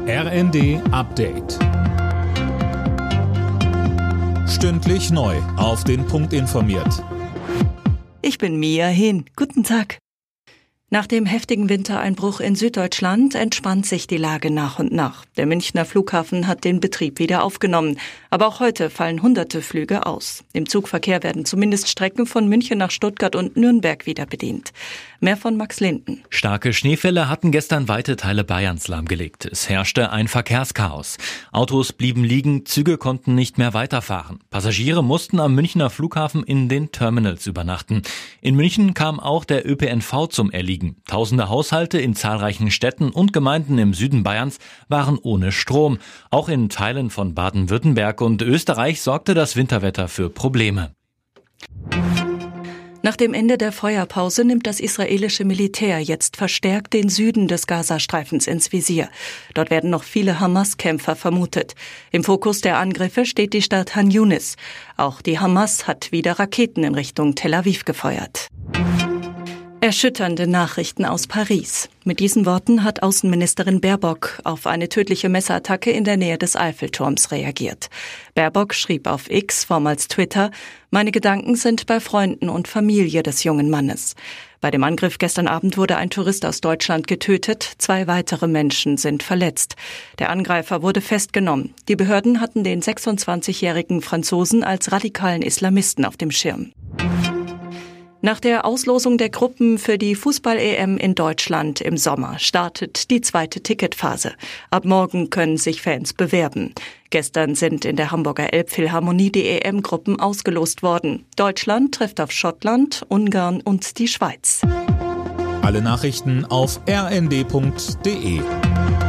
RND Update. Stündlich neu auf den Punkt informiert. Ich bin Mia Hin. Guten Tag. Nach dem heftigen Wintereinbruch in Süddeutschland entspannt sich die Lage nach und nach. Der Münchner Flughafen hat den Betrieb wieder aufgenommen. Aber auch heute fallen hunderte Flüge aus. Im Zugverkehr werden zumindest Strecken von München nach Stuttgart und Nürnberg wieder bedient. Mehr von Max Linden. Starke Schneefälle hatten gestern weite Teile Bayerns lahmgelegt. Es herrschte ein Verkehrschaos. Autos blieben liegen, Züge konnten nicht mehr weiterfahren. Passagiere mussten am Münchner Flughafen in den Terminals übernachten. In München kam auch der ÖPNV zum Erliegen. Tausende Haushalte in zahlreichen Städten und Gemeinden im Süden Bayerns waren ohne Strom. Auch in Teilen von Baden-Württemberg und Österreich sorgte das Winterwetter für Probleme. Nach dem Ende der Feuerpause nimmt das israelische Militär jetzt verstärkt den Süden des Gazastreifens ins Visier. Dort werden noch viele Hamas-Kämpfer vermutet. Im Fokus der Angriffe steht die Stadt Han Yunis. Auch die Hamas hat wieder Raketen in Richtung Tel Aviv gefeuert. Erschütternde Nachrichten aus Paris. Mit diesen Worten hat Außenministerin Baerbock auf eine tödliche Messerattacke in der Nähe des Eiffelturms reagiert. Baerbock schrieb auf X, vormals Twitter: Meine Gedanken sind bei Freunden und Familie des jungen Mannes. Bei dem Angriff gestern Abend wurde ein Tourist aus Deutschland getötet, 2 weitere Menschen sind verletzt. Der Angreifer wurde festgenommen. Die Behörden hatten den 26-jährigen Franzosen als radikalen Islamisten auf dem Schirm. Nach der Auslosung der Gruppen für die Fußball-EM in Deutschland im Sommer startet die zweite Ticketphase. Ab morgen können sich Fans bewerben. Gestern sind in der Hamburger Elbphilharmonie die EM-Gruppen ausgelost worden. Deutschland trifft auf Schottland, Ungarn und die Schweiz. Alle Nachrichten auf rnd.de.